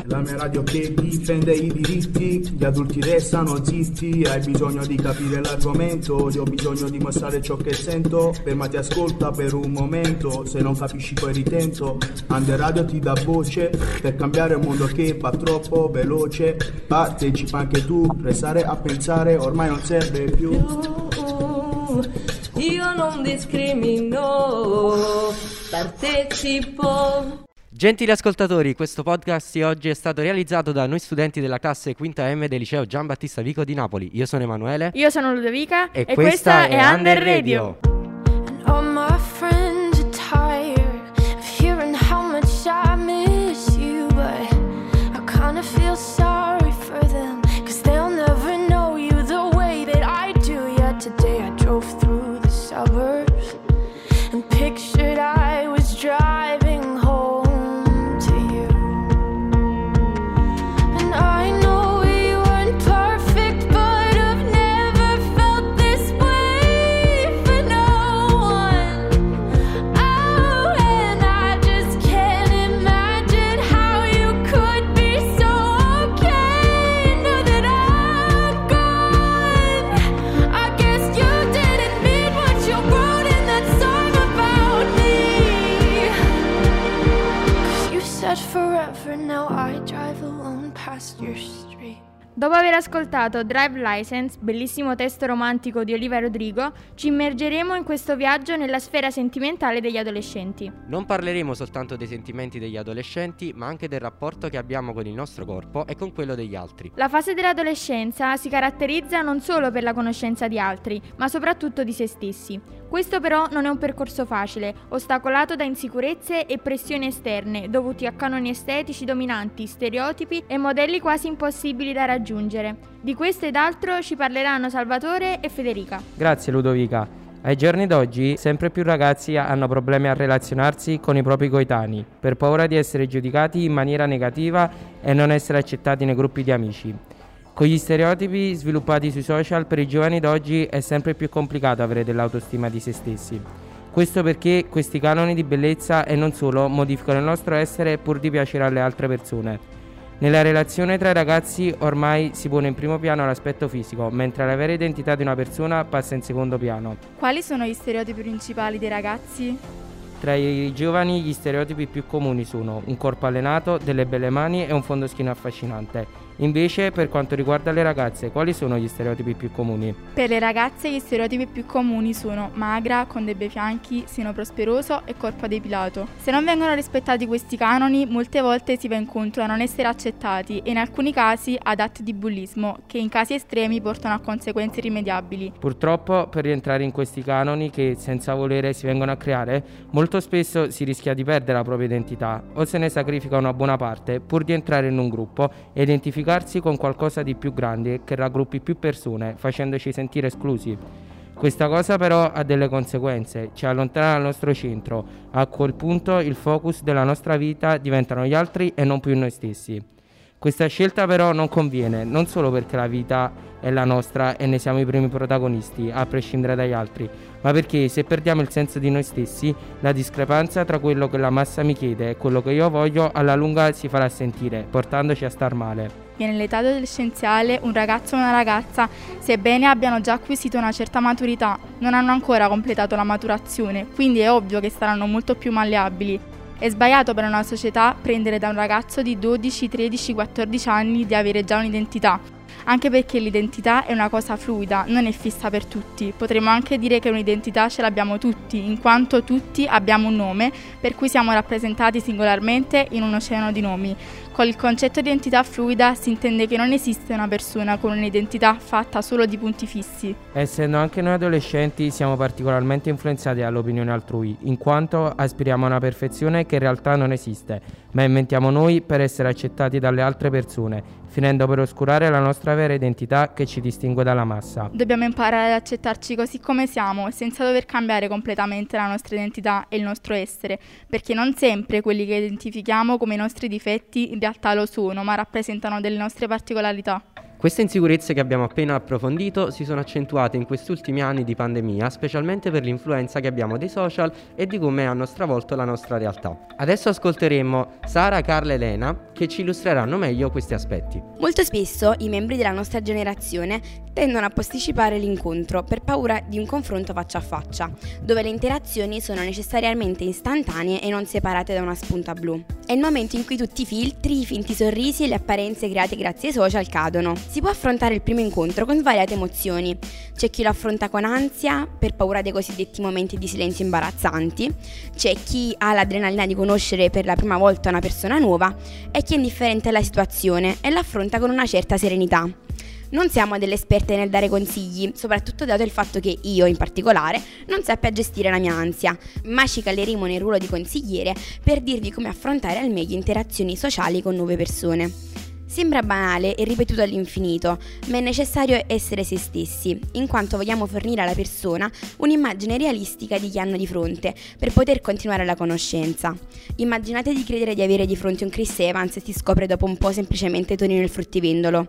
La mia radio che difende i diritti, gli adulti restano zitti, hai bisogno di capire l'argomento, io ho bisogno di mostrare ciò che sento, fermati ascolta per un momento, se non capisci poi ritento, Under Radio ti dà voce, per cambiare un mondo che va troppo veloce, partecipa anche tu, restare a pensare ormai non serve più. Io non discrimino, partecipo. Gentili ascoltatori, questo podcast di oggi è stato realizzato da noi studenti della classe quinta M del liceo Gian Battista Vico di Napoli. Io sono Emanuele. Io sono Ludovica e questa è Under Radio. Dopo aver ascoltato Drive License, bellissimo testo romantico di Olivia Rodrigo, ci immergeremo in questo viaggio nella sfera sentimentale degli adolescenti. Non parleremo soltanto dei sentimenti degli adolescenti, ma anche del rapporto che abbiamo con il nostro corpo e con quello degli altri. La fase dell'adolescenza si caratterizza non solo per la conoscenza di altri, ma soprattutto di se stessi. Questo però non è un percorso facile, ostacolato da insicurezze e pressioni esterne, dovuti a canoni estetici dominanti, stereotipi e modelli quasi impossibili da raggiungere. Di questo ed altro ci parleranno Salvatore e Federica. Grazie Ludovica. Ai giorni d'oggi sempre più ragazzi hanno problemi a relazionarsi con i propri coetanei per paura di essere giudicati in maniera negativa e non essere accettati nei gruppi di amici. Con gli stereotipi sviluppati sui social, per i giovani d'oggi è sempre più complicato avere dell'autostima di se stessi. Questo perché questi canoni di bellezza e non solo modificano il nostro essere pur di piacere alle altre persone. Nella relazione tra i ragazzi ormai si pone in primo piano l'aspetto fisico, mentre la vera identità di una persona passa in secondo piano. Quali sono gli stereotipi principali dei ragazzi? Tra i giovani gli stereotipi più comuni sono un corpo allenato, delle belle mani e un fondoschiena affascinante. Invece, per quanto riguarda le ragazze, quali sono gli stereotipi più comuni? Per le ragazze gli stereotipi più comuni sono magra, con dei bei fianchi, seno prosperoso e corpo depilato. Se non vengono rispettati questi canoni, molte volte si va incontro a non essere accettati e in alcuni casi ad atti di bullismo, che in casi estremi portano a conseguenze irrimediabili. Purtroppo, per rientrare in questi canoni che senza volere si vengono a creare, molto spesso si rischia di perdere la propria identità o se ne sacrifica una buona parte pur di entrare in un gruppo e identificarsi con qualcosa di più grande che raggruppi più persone, facendoci sentire esclusi. Questa cosa però ha delle conseguenze, ci allontana dal nostro centro. A quel punto il focus della nostra vita diventano gli altri e non più noi stessi. Questa scelta però non conviene, non solo perché la vita è la nostra e ne siamo i primi protagonisti, a prescindere dagli altri, ma perché se perdiamo il senso di noi stessi, la discrepanza tra quello che la massa mi chiede e quello che io voglio alla lunga si farà sentire, portandoci a star male. E nell'età adolescenziale un ragazzo o una ragazza, sebbene abbiano già acquisito una certa maturità, non hanno ancora completato la maturazione, quindi è ovvio che saranno molto più malleabili. È sbagliato per una società prendere da un ragazzo di 12, 13, 14 anni di avere già un'identità, anche perché l'identità è una cosa fluida, non è fissa per tutti. Potremmo anche dire che un'identità ce l'abbiamo tutti, in quanto tutti abbiamo un nome, per cui siamo rappresentati singolarmente in un oceano di nomi. Con il concetto di identità fluida si intende che non esiste una persona con un'identità fatta solo di punti fissi. Essendo anche noi adolescenti siamo particolarmente influenzati dall'opinione altrui, in quanto aspiriamo a una perfezione che in realtà non esiste, ma inventiamo noi per essere accettati dalle altre persone, finendo per oscurare la nostra vera identità che ci distingue dalla massa. Dobbiamo imparare ad accettarci così come siamo, senza dover cambiare completamente la nostra identità e il nostro essere, perché non sempre quelli che identifichiamo come i nostri difetti in realtà lo sono, ma rappresentano delle nostre particolarità. Queste insicurezze che abbiamo appena approfondito si sono accentuate in questi ultimi anni di pandemia, specialmente per l'influenza che abbiamo dei social e di come hanno stravolto la nostra realtà. Adesso ascolteremo Sara, Carla e Elena che ci illustreranno meglio questi aspetti. Molto spesso i membri della nostra generazione tendono a posticipare l'incontro per paura di un confronto faccia a faccia, dove le interazioni sono necessariamente istantanee e non separate da una spunta blu. È il momento in cui tutti i filtri, i finti sorrisi e le apparenze create grazie ai social cadono. Si può affrontare il primo incontro con svariate emozioni. C'è chi lo affronta con ansia, per paura dei cosiddetti momenti di silenzio imbarazzanti, c'è chi ha l'adrenalina di conoscere per la prima volta una persona nuova e chi è indifferente alla situazione e l'affronta con una certa serenità. Non siamo delle esperte nel dare consigli, soprattutto dato il fatto che io, in particolare, non sappia gestire la mia ansia, ma ci caleremo nel ruolo di consigliere per dirvi come affrontare al meglio interazioni sociali con nuove persone. Sembra banale e ripetuto all'infinito, ma è necessario essere se stessi, in quanto vogliamo fornire alla persona un'immagine realistica di chi hanno di fronte, per poter continuare la conoscenza. Immaginate di credere di avere di fronte un Chris Evans e si scopre dopo un po' semplicemente Tonino il fruttivendolo.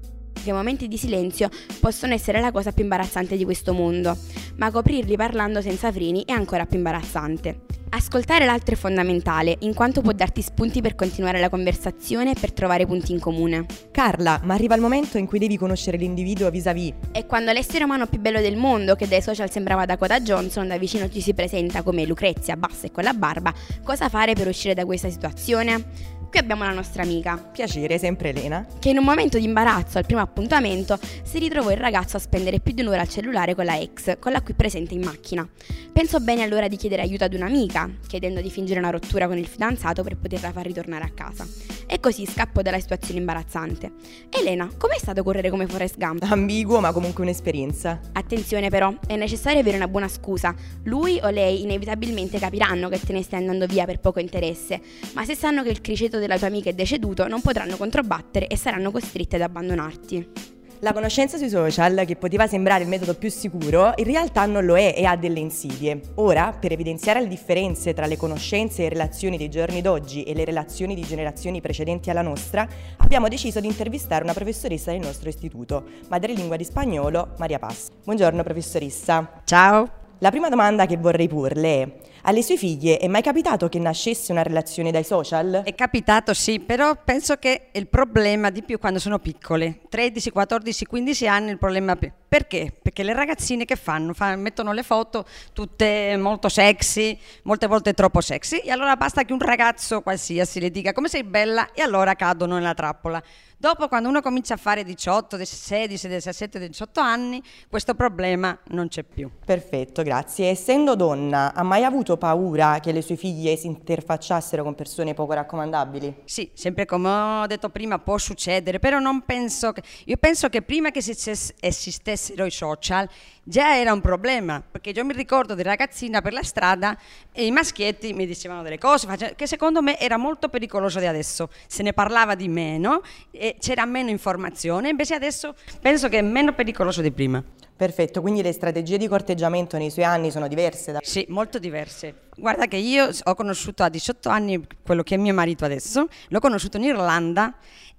I momenti di silenzio possono essere la cosa più imbarazzante di questo mondo, ma coprirli parlando senza freni è ancora più imbarazzante. Ascoltare l'altro è fondamentale, in quanto può darti spunti per continuare la conversazione e per trovare punti in comune. Carla, ma arriva il momento in cui devi conoscere l'individuo vis-à-vis. È quando l'essere umano più bello del mondo, che dai social sembrava Dakota Johnson, da vicino ci si presenta come Lucrezia, bassa e con la barba. Cosa fare per uscire da questa situazione? Qui abbiamo la nostra amica. Piacere, sempre Elena. Che in un momento di imbarazzo al primo appuntamento si ritrovò il ragazzo a spendere più di un'ora al cellulare con la ex, con la qui presente in macchina. Pensò bene allora di chiedere aiuto ad un'amica, chiedendo di fingere una rottura con il fidanzato per poterla far ritornare a casa. E così scappò dalla situazione imbarazzante. Elena, com'è stato correre come Forrest Gump? Ambiguo, ma comunque un'esperienza. Attenzione però, è necessario avere una buona scusa. Lui o lei inevitabilmente capiranno che te ne stai andando via per poco interesse, ma se sanno che il criceto della tua amica è deceduto, non potranno controbattere e saranno costrette ad abbandonarti. La conoscenza sui social, che poteva sembrare il metodo più sicuro, in realtà non lo è e ha delle insidie. Ora, per evidenziare le differenze tra le conoscenze e relazioni dei giorni d'oggi e le relazioni di generazioni precedenti alla nostra, abbiamo deciso di intervistare una professoressa del nostro istituto, madrelingua di spagnolo, Maria Paz. Buongiorno professoressa. Ciao. La prima domanda che vorrei porle è: alle sue figlie è mai capitato che nascesse una relazione dai social? È capitato sì, però penso che il problema di più quando sono piccole, 13, 14, 15 anni, il problema perché? Perché le ragazzine che fanno? Mettono le foto tutte molto sexy, molte volte troppo sexy, e allora basta che un ragazzo qualsiasi le dica come sei bella e allora cadono nella trappola. Dopo, quando uno comincia a fare 18, 16, 17, 18 anni, questo problema non c'è più. Perfetto, grazie. Essendo donna, ha mai avuto paura che le sue figlie si interfacciassero con persone poco raccomandabili? Sì, sempre come ho detto prima può succedere, però non penso che... Io penso che prima che esistessero i social già era un problema, perché io mi ricordo di ragazzina per la strada e i maschietti mi dicevano delle cose che secondo me era molto pericoloso di adesso. Se ne parlava di meno e c'era meno informazione, invece adesso penso che è meno pericoloso di prima. Perfetto, quindi le strategie di corteggiamento nei suoi anni sono diverse? Sì, molto diverse. Guarda che io ho conosciuto a 18 anni quello che è mio marito adesso, l'ho conosciuto in Irlanda,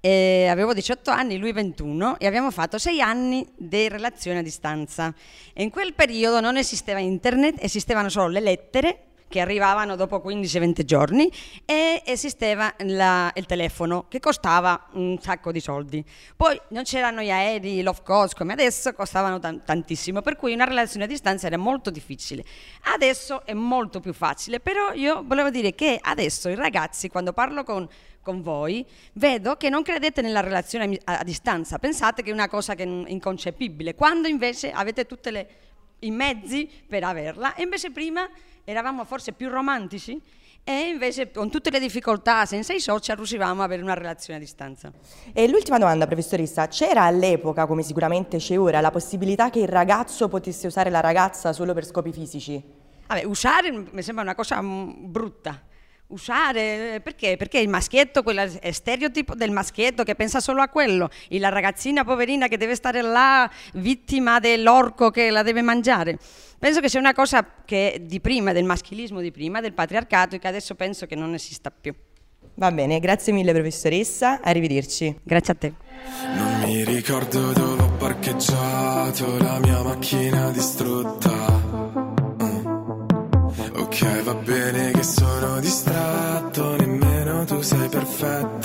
avevo 18 anni, lui 21, e abbiamo fatto 6 anni di relazione a distanza. E in quel periodo non esisteva internet, esistevano solo le lettere che arrivavano dopo 15-20 giorni e esisteva il telefono che costava un sacco di soldi. Poi non c'erano gli aerei low cost come adesso, costavano tantissimo, per cui una relazione a distanza era molto difficile. Adesso è molto più facile, però io volevo dire che adesso i ragazzi, quando parlo con voi, vedo che non credete nella relazione a distanza, pensate che è una cosa che è inconcepibile, quando invece avete tutti i mezzi per averla, e invece prima eravamo forse più romantici e invece con tutte le difficoltà senza i social riuscivamo a avere una relazione a distanza. E l'ultima domanda, professoressa: c'era all'epoca, come sicuramente c'è ora, la possibilità che il ragazzo potesse usare la ragazza solo per scopi fisici? Vabbè, usare mi sembra una cosa brutta. Usare perché? Perché il maschietto, quel stereotipo del maschietto che pensa solo a quello, e la ragazzina poverina che deve stare là vittima dell'orco che la deve mangiare. Penso che sia una cosa che di prima, del maschilismo di prima, del patriarcato, e che adesso penso che non esista più. Va bene, grazie mille professoressa, arrivederci. Grazie a te. Non mi ricordo dove ho parcheggiato la mia macchina distrutta. Ok, va bene che sono distratto, nemmeno tu sei perfetta.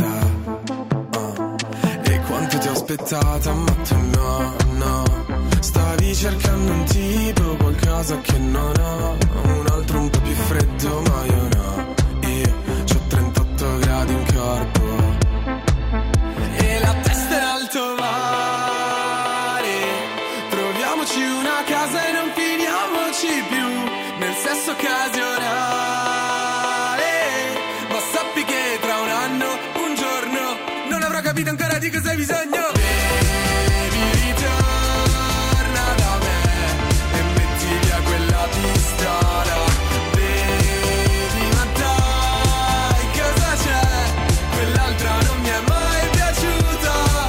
E quanto ti ho aspettata, ma tu no. Stavi cercando un tipo, qualcosa che non ho, un altro un po' più freddo, ma io no. Io c'ho 38 gradi in corpo e la testa in alto mare. Troviamoci una casa e non finiamoci più nel sesso occasionale. Ma sappi che tra un anno, un giorno, non avrò capito ancora di cosa hai bisogno. Baby, ritorna da me e metti via quella pistola. Baby, ma dai, cosa c'è? Quell'altra non mi è mai piaciuta.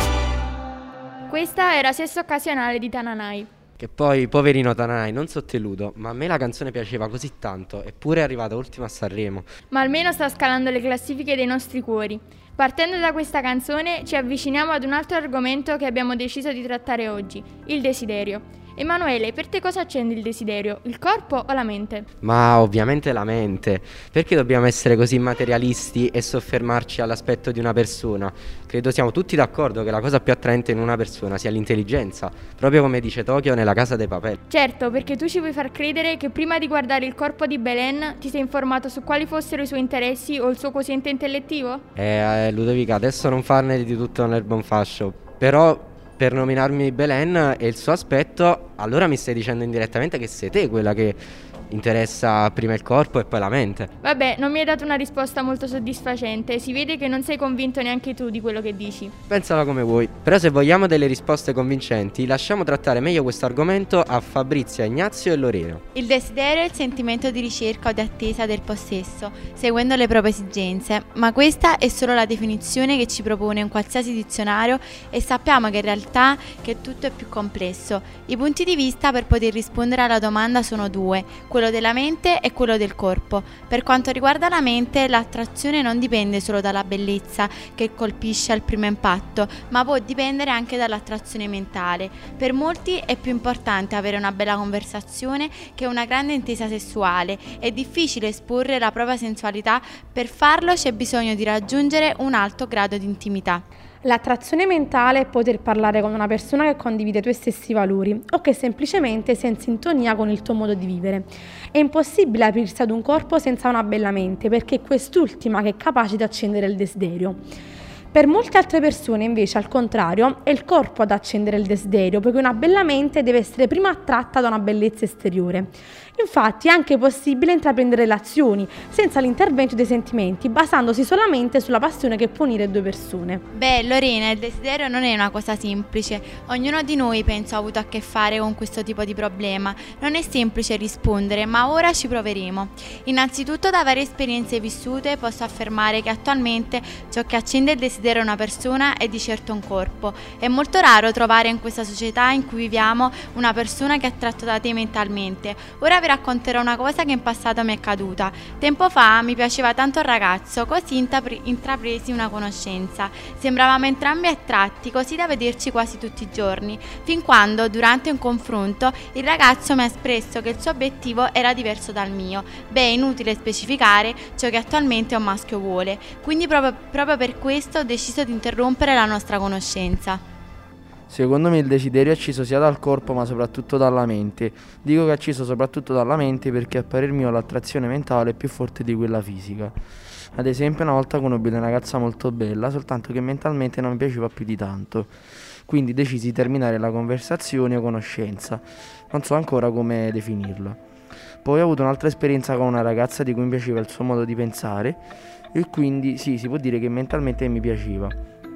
Questa era Sesso occasionale di Tananai. Che poi, poverino Tananai, non sotteludo, ma a me la canzone piaceva così tanto, eppure è arrivata ultima a Sanremo. Ma almeno sta scalando le classifiche dei nostri cuori. Partendo da questa canzone ci avviciniamo ad un altro argomento che abbiamo deciso di trattare oggi, il desiderio. Emanuele, per te cosa accende il desiderio, il corpo o la mente? Ma ovviamente la mente. Perché dobbiamo essere così materialisti e soffermarci all'aspetto di una persona? Credo siamo tutti d'accordo che la cosa più attraente in una persona sia l'intelligenza, proprio come dice Tokyo nella Casa dei Papel. Certo, perché tu ci vuoi far credere che prima di guardare il corpo di Belen ti sei informato su quali fossero i suoi interessi o il suo quoziente intellettivo? Ludovica, adesso non farne di tutto l'erba un fascio, però per nominarmi Belen e il suo aspetto, allora mi stai dicendo indirettamente che sei te quella che interessa prima il corpo e poi la mente. Vabbè, non mi hai dato una risposta molto soddisfacente, si vede che non sei convinto neanche tu di quello che dici. Pensala come vuoi, però se vogliamo delle risposte convincenti, lasciamo trattare meglio questo argomento a Fabrizia, Ignazio e Lorena. Il desiderio è il sentimento di ricerca o di attesa del possesso, seguendo le proprie esigenze, ma questa è solo la definizione che ci propone un qualsiasi dizionario e sappiamo che in realtà che tutto è più complesso. I punti di vista per poter rispondere alla domanda sono due, quello della mente e quello del corpo. Per quanto riguarda la mente, l'attrazione non dipende solo dalla bellezza che colpisce al primo impatto, ma può dipendere anche dall'attrazione mentale. Per molti è più importante avere una bella conversazione che una grande intesa sessuale. È difficile esporre la propria sensualità, per farlo c'è bisogno di raggiungere un alto grado di intimità. L'attrazione mentale è poter parlare con una persona che condivide i tuoi stessi valori o che semplicemente sia in sintonia con il tuo modo di vivere. È impossibile aprirsi ad un corpo senza una bella mente, perché è quest'ultima che è capace di accendere il desiderio. Per molte altre persone invece, al contrario, è il corpo ad accendere il desiderio, perché una bella mente deve essere prima attratta da una bellezza esteriore. Infatti è anche possibile intraprendere relazioni senza l'intervento dei sentimenti, basandosi solamente sulla passione che può unire due persone. Beh, Lorena, il desiderio non è una cosa semplice. Ognuno di noi penso ha avuto a che fare con questo tipo di problema. Non è semplice rispondere, ma ora ci proveremo. Innanzitutto, da varie esperienze vissute, posso affermare che attualmente ciò che accende il desiderio a una persona è di certo un corpo. È molto raro trovare in questa società in cui viviamo una persona che è attratta da te mentalmente. Ora vi racconterò una cosa che in passato mi è accaduta. Tempo fa mi piaceva tanto un ragazzo, così intrapresi una conoscenza. Sembravamo entrambi attratti, così da vederci quasi tutti i giorni, fin quando, durante un confronto, il ragazzo mi ha espresso che il suo obiettivo era diverso dal mio. Beh, è inutile specificare ciò che attualmente un maschio vuole, quindi proprio per questo ho deciso di interrompere la nostra conoscenza. Secondo me il desiderio è acceso sia dal corpo ma soprattutto dalla mente. Dico che è acceso soprattutto dalla mente perché a parer mio l'attrazione mentale è più forte di quella fisica. Ad esempio una volta conobbi una ragazza molto bella, soltanto che mentalmente non mi piaceva più di tanto. Quindi decisi di terminare la conversazione o conoscenza. Non so ancora come definirla. Poi ho avuto un'altra esperienza con una ragazza di cui mi piaceva il suo modo di pensare e quindi sì, si può dire che mentalmente mi piaceva.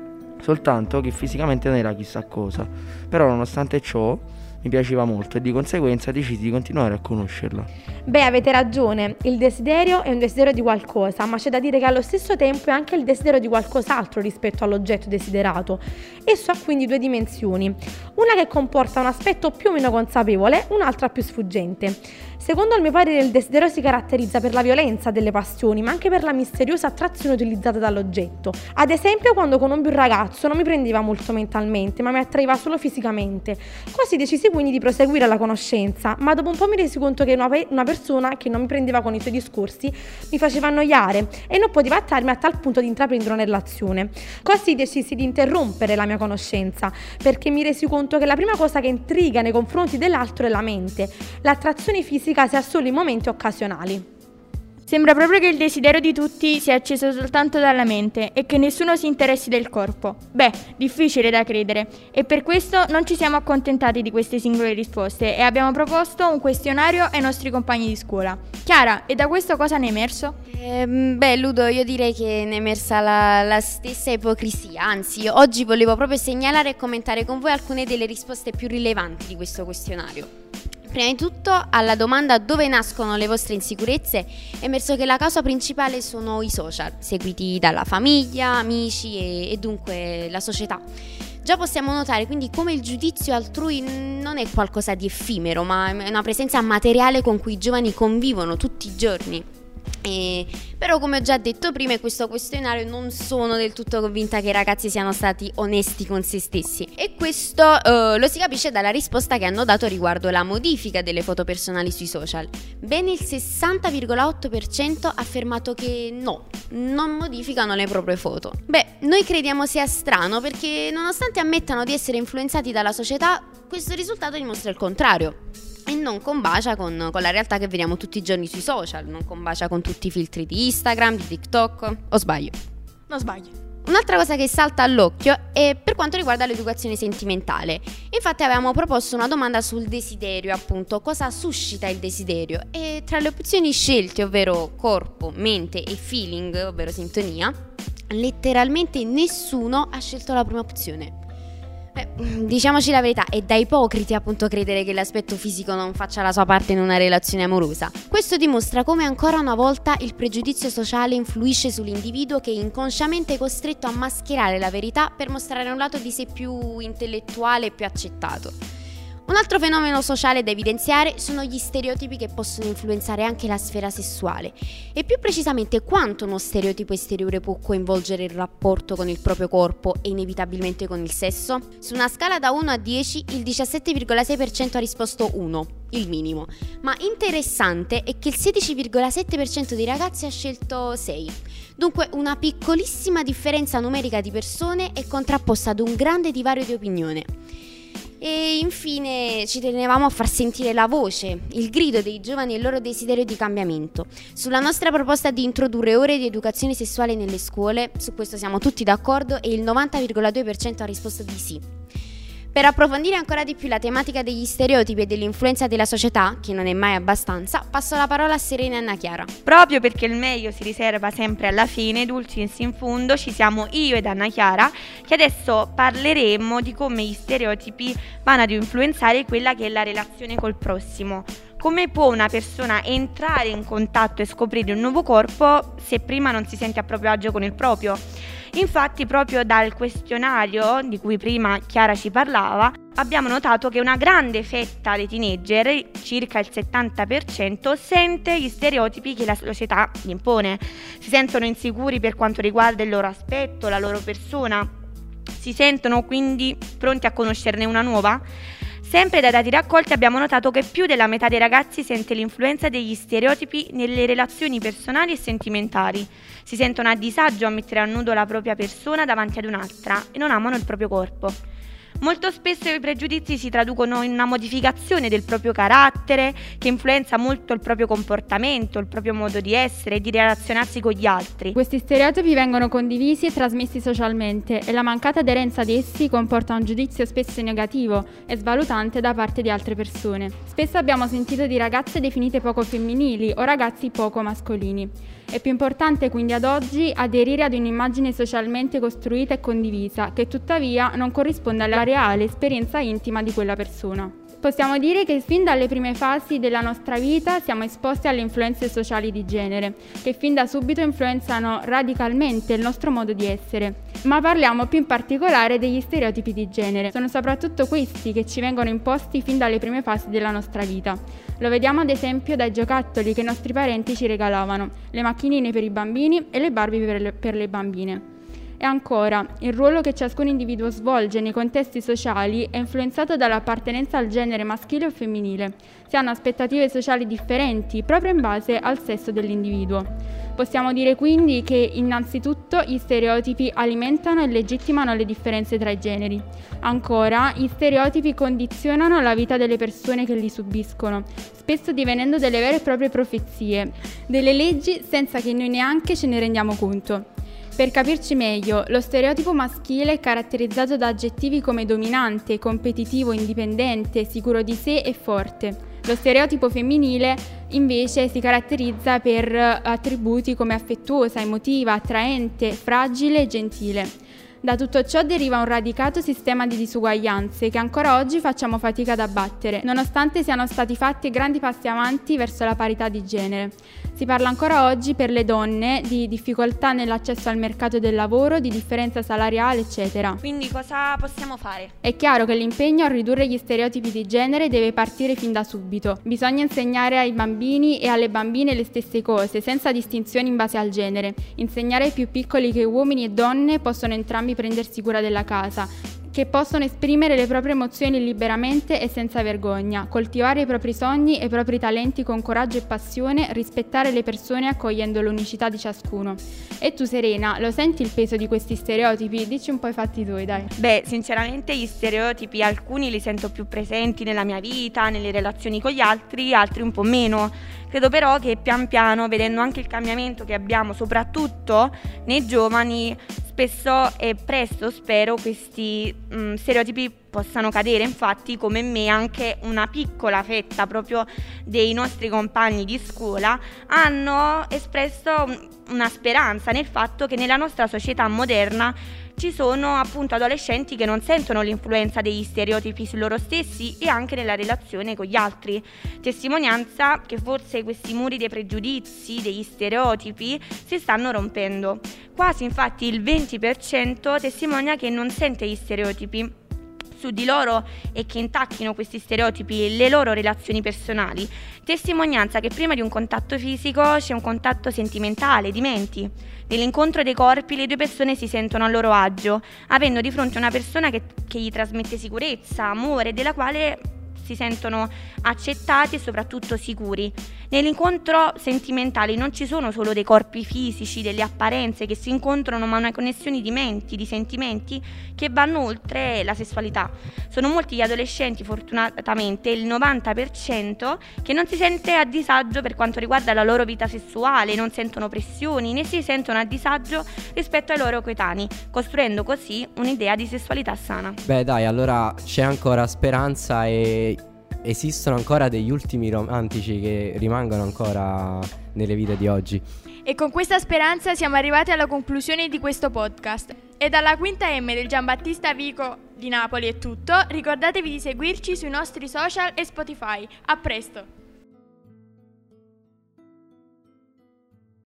Soltanto che fisicamente non era chissà cosa, però nonostante ciò mi piaceva molto e di conseguenza decisi di continuare a conoscerla. Beh, avete ragione, il desiderio è un desiderio di qualcosa, ma c'è da dire che allo stesso tempo è anche il desiderio di qualcos'altro rispetto all'oggetto desiderato. Esso ha quindi due dimensioni, una che comporta un aspetto più o meno consapevole, un'altra più sfuggente. Secondo il mio parere il desiderio si caratterizza per la violenza delle passioni, ma anche per la misteriosa attrazione utilizzata dall'oggetto. Ad esempio, quando conobbi un ragazzo non mi prendeva molto mentalmente, ma mi attraeva solo fisicamente. Così decisi quindi di proseguire la conoscenza, ma dopo un po' mi resi conto che una persona che non mi prendeva con i suoi discorsi mi faceva annoiare e non poteva attrarmi a tal punto di intraprendere una relazione. Così decisi di interrompere la mia conoscenza, perché mi resi conto che la prima cosa che intriga nei confronti dell'altro è la mente. L'attrazione fisica sia solo in momenti occasionali. Sembra proprio che il desiderio di tutti sia acceso soltanto dalla mente e che nessuno si interessi del corpo. Beh, difficile da credere. E per questo non ci siamo accontentati di queste singole risposte e abbiamo proposto un questionario ai nostri compagni di scuola. Chiara, e da questo cosa ne è emerso? Ludo, io direi che ne è emersa la stessa ipocrisia. Anzi, oggi volevo proprio segnalare e commentare con voi alcune delle risposte più rilevanti di questo questionario. Prima di tutto, alla domanda dove nascono le vostre insicurezze, è emerso che la causa principale sono i social, seguiti dalla famiglia, amici e dunque la società. Già possiamo notare quindi come il giudizio altrui non è qualcosa di effimero, ma è una presenza materiale con cui i giovani convivono tutti i giorni. Però, come ho già detto prima, in questo questionario non sono del tutto convinta che i ragazzi siano stati onesti con se stessi, e questo lo si capisce dalla risposta che hanno dato riguardo la modifica delle foto personali sui social. Ben il 60,8% ha affermato che no, non modificano le proprie foto. Noi crediamo sia strano, perché nonostante ammettano di essere influenzati dalla società, questo risultato dimostra il contrario. E non combacia con la realtà che vediamo tutti i giorni sui social, non combacia con tutti i filtri di Instagram, di TikTok, o sbaglio? Non sbagli. Un'altra cosa che salta all'occhio è per quanto riguarda l'educazione sentimentale. Infatti avevamo proposto una domanda sul desiderio, appunto, cosa suscita il desiderio, e tra le opzioni scelte, ovvero corpo, mente e feeling, ovvero sintonia, letteralmente nessuno ha scelto la prima opzione. Diciamoci la verità, è da ipocriti appunto credere che l'aspetto fisico non faccia la sua parte in una relazione amorosa. Questo dimostra come ancora una volta il pregiudizio sociale influisce sull'individuo, che è inconsciamente costretto a mascherare la verità per mostrare un lato di sé più intellettuale e più accettato. Un altro fenomeno sociale da evidenziare sono gli stereotipi che possono influenzare anche la sfera sessuale, e più precisamente quanto uno stereotipo esteriore può coinvolgere il rapporto con il proprio corpo e inevitabilmente con il sesso. Su una scala da 1 a 10 il 17,6% ha risposto 1, il minimo, ma interessante è che il 16,7% dei ragazzi ha scelto 6. Dunque una piccolissima differenza numerica di persone è contrapposta ad un grande divario di opinione. E infine ci tenevamo a far sentire la voce, il grido dei giovani e il loro desiderio di cambiamento. Sulla nostra proposta di introdurre ore di educazione sessuale nelle scuole, su questo siamo tutti d'accordo e il 90,2% ha risposto di sì. Per approfondire ancora di più la tematica degli stereotipi e dell'influenza della società, che non è mai abbastanza, passo la parola a Serena e Anna Chiara. Proprio perché il meglio si riserva sempre alla fine, dulcis in fundo, ci siamo io ed Anna Chiara, che adesso parleremo di come gli stereotipi vanno ad influenzare quella che è la relazione col prossimo. Come può una persona entrare in contatto e scoprire un nuovo corpo se prima non si sente a proprio agio con il proprio? Infatti, proprio dal questionario di cui prima Chiara ci parlava, abbiamo notato che una grande fetta dei teenager, circa il 70%, sente gli stereotipi che la società gli impone. Si sentono insicuri per quanto riguarda il loro aspetto, la loro persona. Si sentono quindi pronti a conoscerne una nuova? Sempre dai dati raccolti abbiamo notato che più della metà dei ragazzi sente l'influenza degli stereotipi nelle relazioni personali e sentimentali. Si sentono a disagio a mettere a nudo la propria persona davanti ad un'altra e non amano il proprio corpo. Molto spesso i pregiudizi si traducono in una modificazione del proprio carattere, che influenza molto il proprio comportamento, il proprio modo di essere e di relazionarsi con gli altri. Questi stereotipi vengono condivisi e trasmessi socialmente, e la mancata aderenza ad essi comporta un giudizio spesso negativo e svalutante da parte di altre persone. Spesso abbiamo sentito di ragazze definite poco femminili o ragazzi poco mascolini. È più importante quindi ad oggi aderire ad un'immagine socialmente costruita e condivisa, che tuttavia non corrisponde alla reale esperienza intima di quella persona. Possiamo dire che fin dalle prime fasi della nostra vita siamo esposti alle influenze sociali di genere, che fin da subito influenzano radicalmente il nostro modo di essere. ma parliamo più in particolare degli stereotipi di genere. Sono soprattutto questi che ci vengono imposti fin dalle prime fasi della nostra vita. Lo vediamo ad esempio dai giocattoli che i nostri parenti ci regalavano, le macchinine per i bambini e le Barbie per le bambine. E ancora, il ruolo che ciascun individuo svolge nei contesti sociali è influenzato dall'appartenenza al genere maschile o femminile. Si hanno aspettative sociali differenti proprio in base al sesso dell'individuo. Possiamo dire quindi che innanzitutto gli stereotipi alimentano e legittimano le differenze tra i generi. Ancora, gli stereotipi condizionano la vita delle persone che li subiscono, spesso divenendo delle vere e proprie profezie, delle leggi senza che noi neanche ce ne rendiamo conto. Per capirci meglio, lo stereotipo maschile è caratterizzato da aggettivi come dominante, competitivo, indipendente, sicuro di sé e forte. Lo stereotipo femminile invece si caratterizza per attributi come affettuosa, emotiva, attraente, fragile e gentile. Da tutto ciò deriva un radicato sistema di disuguaglianze che ancora oggi facciamo fatica ad abbattere, nonostante siano stati fatti grandi passi avanti verso la parità di genere. Si parla ancora oggi per le donne di difficoltà nell'accesso al mercato del lavoro, di differenza salariale, eccetera. Quindi cosa possiamo fare? È chiaro che l'impegno a ridurre gli stereotipi di genere deve partire fin da subito. Bisogna insegnare ai bambini e alle bambine le stesse cose, senza distinzioni in base al genere. Insegnare ai più piccoli che uomini e donne possono entrambi prendersi cura della casa, che possono esprimere le proprie emozioni liberamente e senza vergogna, coltivare i propri sogni e i propri talenti con coraggio e passione, rispettare le persone accogliendo l'unicità di ciascuno. E tu Serena, lo senti il peso di questi stereotipi? Dici un po' i fatti tuoi, dai. Beh, sinceramente gli stereotipi alcuni li sento più presenti nella mia vita, nelle relazioni con gli altri un po' meno. Credo però che pian piano, vedendo anche il cambiamento che abbiamo soprattutto nei giovani, spesso e presto spero questi stereotipi possano cadere. Infatti, come me, anche una piccola fetta proprio dei nostri compagni di scuola hanno espresso una speranza nel fatto che nella nostra società moderna ci sono appunto adolescenti che non sentono l'influenza degli stereotipi su loro stessi e anche nella relazione con gli altri. Testimonianza che forse questi muri dei pregiudizi, degli stereotipi, si stanno rompendo. Quasi infatti il 20% testimonia che non sente gli stereotipi su di loro e che intacchino questi stereotipi le loro relazioni personali. Testimonianza che prima di un contatto fisico c'è un contatto sentimentale, di menti. Nell'incontro dei corpi le due persone si sentono a loro agio, avendo di fronte una persona che gli trasmette sicurezza, amore, della quale si sentono accettati e soprattutto sicuri. Nell'incontro sentimentale non ci sono solo dei corpi fisici, delle apparenze che si incontrano, ma una connessione di menti, di sentimenti che vanno oltre la sessualità. Sono molti gli adolescenti, fortunatamente il 90%, che non si sente a disagio per quanto riguarda la loro vita sessuale, non sentono pressioni né si sentono a disagio rispetto ai loro coetanei, costruendo così un'idea di sessualità sana. Beh dai, allora c'è ancora speranza e esistono ancora degli ultimi romantici che rimangono ancora nelle vite di oggi. E con questa speranza siamo arrivati alla conclusione di questo podcast. E dalla quinta M del Giambattista Vico di Napoli è tutto. Ricordatevi di seguirci sui nostri social e Spotify. A presto!